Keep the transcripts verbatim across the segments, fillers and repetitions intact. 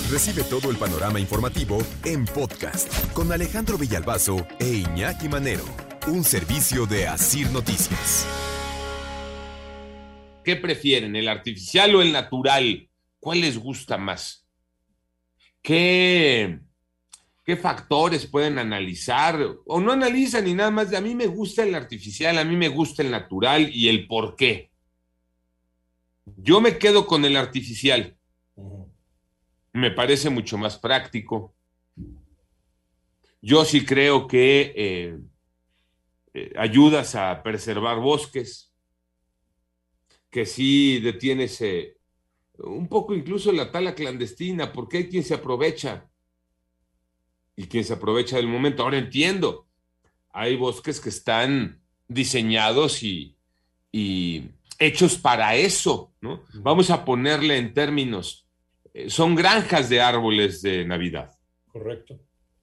Recibe todo el panorama informativo en podcast con Alejandro Villalbazo e Iñaki Manero, un servicio de Asir Noticias. ¿Qué prefieren, el artificial o el natural? ¿Cuál les gusta más? ¿Qué, qué factores pueden analizar? O no analizan y nada más, a mí me gusta el artificial, a mí me gusta el natural y el por qué. Yo me quedo con el artificial. Me parece mucho más práctico. Yo sí creo que eh, eh, ayudas a preservar bosques, que sí detienes eh, un poco incluso la tala clandestina, porque hay quien se aprovecha y quien se aprovecha del momento. Ahora entiendo, hay bosques que están diseñados y, y hechos para eso, ¿no? Vamos a ponerle en términos, eh, son granjas de árboles de Navidad. Correcto.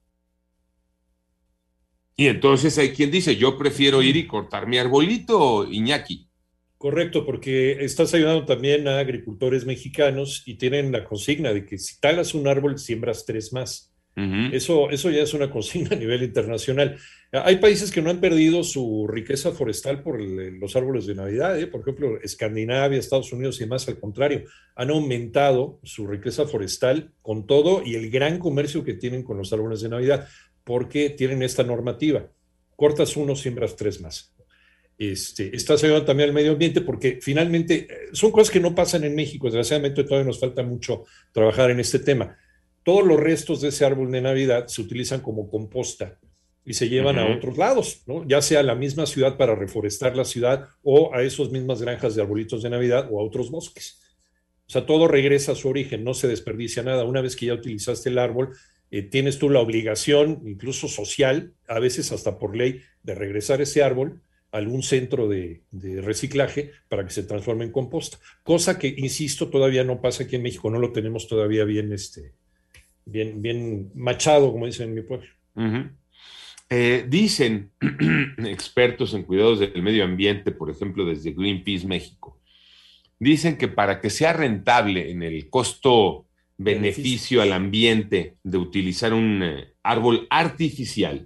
Y entonces hay quien dice, yo prefiero ir y cortar mi arbolito, Iñaki. Correcto, porque estás ayudando también a agricultores mexicanos y tienen la consigna de que si talas un árbol, siembras tres más. Uh-huh. Eso, eso ya es una consigna a nivel internacional. Hay países que no han perdido su riqueza forestal por el, los árboles de Navidad, ¿eh? Por ejemplo, Escandinavia, Estados Unidos y demás, al contrario, han aumentado su riqueza forestal con todo y el gran comercio que tienen con los árboles de Navidad, porque tienen esta normativa. Cortas uno, siembras tres más. Este, estás ayudando también al medio ambiente porque finalmente son cosas que no pasan en México. Desgraciadamente todavía nos falta mucho trabajar en este tema. Todos los restos de ese árbol de Navidad se utilizan como composta y se llevan uh-huh. a otros lados, ¿no? Ya sea a la misma ciudad para reforestar la ciudad o a esas mismas granjas de arbolitos de Navidad o a otros bosques. O sea, todo regresa a su origen, no se desperdicia nada. Una vez que ya utilizaste el árbol, eh, tienes tú la obligación, incluso social, a veces hasta por ley, de regresar ese árbol a algún centro de, de reciclaje para que se transforme en composta. Cosa que, insisto, todavía no pasa aquí en México, no lo tenemos todavía bien... este Bien, bien machado, como dicen en mi pueblo. Uh-huh. Eh, dicen expertos en cuidados del medio ambiente, por ejemplo, desde Greenpeace México, dicen que para que sea rentable en el costo-beneficio Beneficio. al ambiente de utilizar un eh, árbol artificial,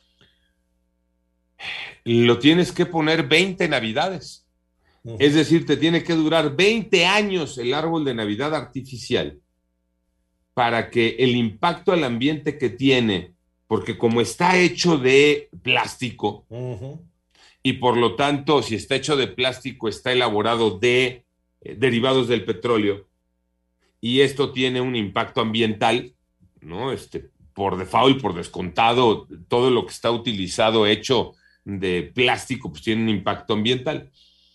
lo tienes que poner veinte navidades. Uh-huh. Es decir, te tiene que durar veinte años el árbol de Navidad artificial para que el impacto al ambiente que tiene, porque como está hecho de plástico, uh-huh. y por lo tanto, si está hecho de plástico, está elaborado de eh, derivados del petróleo, y esto tiene un impacto ambiental, ¿no? Este, por default, por descontado, todo lo que está utilizado, hecho de plástico, pues tiene un impacto ambiental.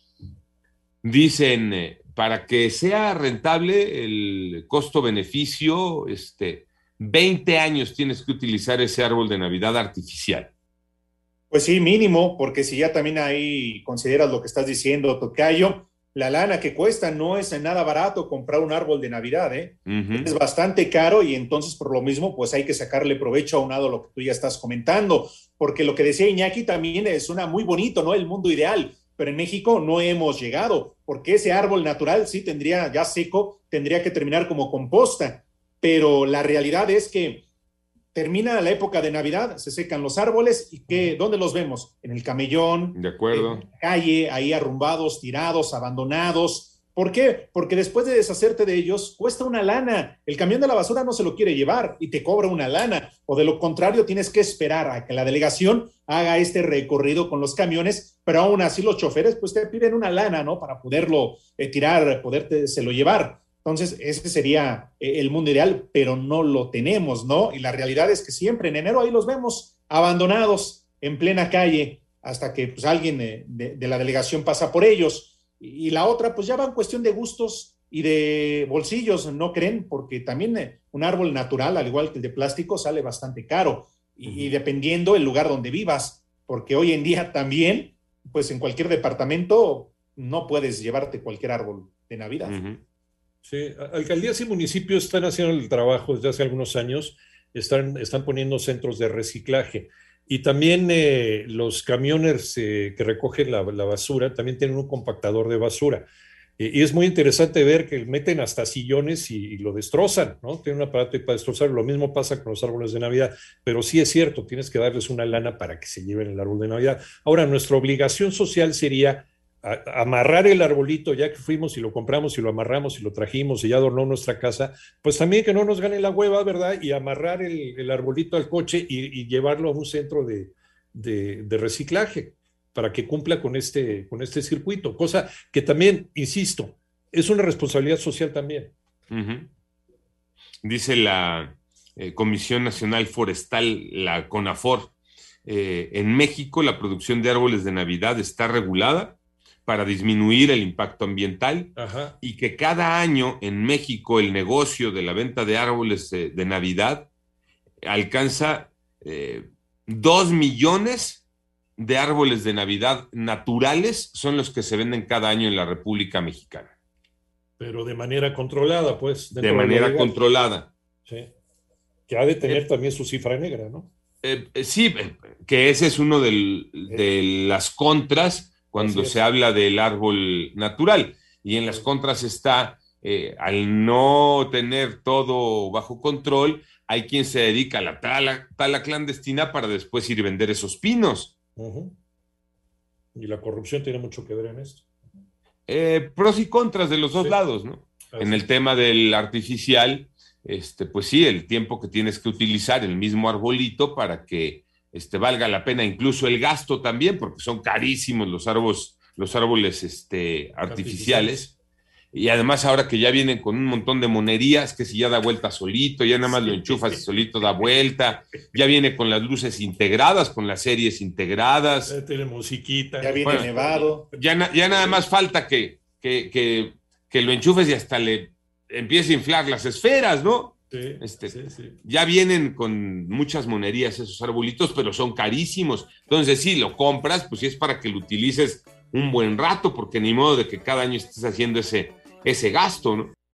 Dicen... Eh, para que sea rentable el costo-beneficio, este, veinte años tienes que utilizar ese árbol de Navidad artificial. Pues sí, mínimo, porque si ya también ahí consideras lo que estás diciendo, tocayo, la lana que cuesta no es nada barato comprar un árbol de Navidad, ¿eh? Uh-huh. Es bastante caro y entonces por lo mismo pues hay que sacarle provecho aunado a lo que tú ya estás comentando, porque lo que decía Iñaki también suena muy bonito, ¿no? El mundo ideal. Pero en México no hemos llegado, porque ese árbol natural sí tendría, ya seco, tendría que terminar como composta, pero la realidad es que termina la época de Navidad, se secan los árboles, ¿y qué, dónde los vemos? En el camellón, de acuerdo. En la calle, ahí arrumbados, tirados, abandonados. ¿Por qué? Porque después de deshacerte de ellos, cuesta una lana. El camión de la basura no se lo quiere llevar y te cobra una lana. O de lo contrario, tienes que esperar a que la delegación haga este recorrido con los camiones, pero aún así los choferes pues te piden una lana, ¿no? Para poderlo eh, tirar, podérselo llevar. Entonces, ese sería eh, el mundo ideal, pero no lo tenemos, ¿no? Y la realidad es que siempre en enero ahí los vemos abandonados en plena calle hasta que pues alguien de, de, de la delegación pasa por ellos. Y la otra, pues ya va en cuestión de gustos y de bolsillos, ¿no creen? Porque también eh, un árbol natural, al igual que el de plástico, sale bastante caro. Y, uh-huh. y dependiendo el lugar donde vivas, porque hoy en día también, pues en cualquier departamento no puedes llevarte cualquier árbol de Navidad. Uh-huh. Sí, alcaldías y municipios están haciendo el trabajo desde hace algunos años, están, están poniendo centros de reciclaje. Y también eh, los camiones eh, que recogen la, la basura también tienen un compactador de basura. Y es muy interesante ver que meten hasta sillones y, y lo destrozan, ¿no? Tienen un aparato para destrozar. Lo mismo pasa con los árboles de Navidad. Pero sí es cierto, tienes que darles una lana para que se lleven el árbol de Navidad. Ahora, nuestra obligación social sería a, amarrar el arbolito, ya que fuimos y lo compramos y lo amarramos y lo trajimos y ya adornó nuestra casa, pues también que no nos gane la hueva, ¿verdad? Y amarrar el, el arbolito al coche y, y llevarlo a un centro de, de, de reciclaje, para que cumpla con este, con este circuito, cosa que también, insisto, es una responsabilidad social también. Uh-huh. Dice la eh, Comisión Nacional Forestal, la CONAFOR, eh, en México la producción de árboles de Navidad está regulada para disminuir el impacto ambiental. Ajá. Y que cada año en México el negocio de la venta de árboles de, de Navidad alcanza eh, dos millones de árboles de Navidad naturales son los que se venden cada año en la República Mexicana. Pero de manera controlada, pues. De manera controlada. Sí. Que ha de tener eh, también su cifra negra, ¿no? Eh, eh, sí, que ese es uno del, de las contras cuando se habla del árbol natural. Y en las contras está, eh, al no tener todo bajo control, hay quien se dedica a la tala, tala clandestina para después ir a vender esos pinos. Uh-huh. Y la corrupción tiene mucho que ver en esto. Eh, pros y contras de los dos sí. lados, ¿no? Así. En el tema del artificial, este, pues sí, el tiempo que tienes que utilizar el mismo arbolito para que este, valga la pena, incluso el gasto también, porque son carísimos los árboles, los árboles este, artificiales. Y además ahora que ya vienen con un montón de monerías, que si ya da vuelta solito, ya nada más sí. lo enchufas y solito da vuelta, ya viene con las luces integradas, con las series integradas. Ya tiene musiquita. Ya viene bueno, nevado. Ya, ya nada más falta que, que, que, que lo enchufes y hasta le empiece a inflar las esferas, ¿no? Sí, este, sí, sí. Ya vienen con muchas monerías esos arbolitos, pero son carísimos. Entonces sí, lo compras, pues sí es para que lo utilices un buen rato, porque ni modo de que cada año estés haciendo ese, ese gasto, ¿no?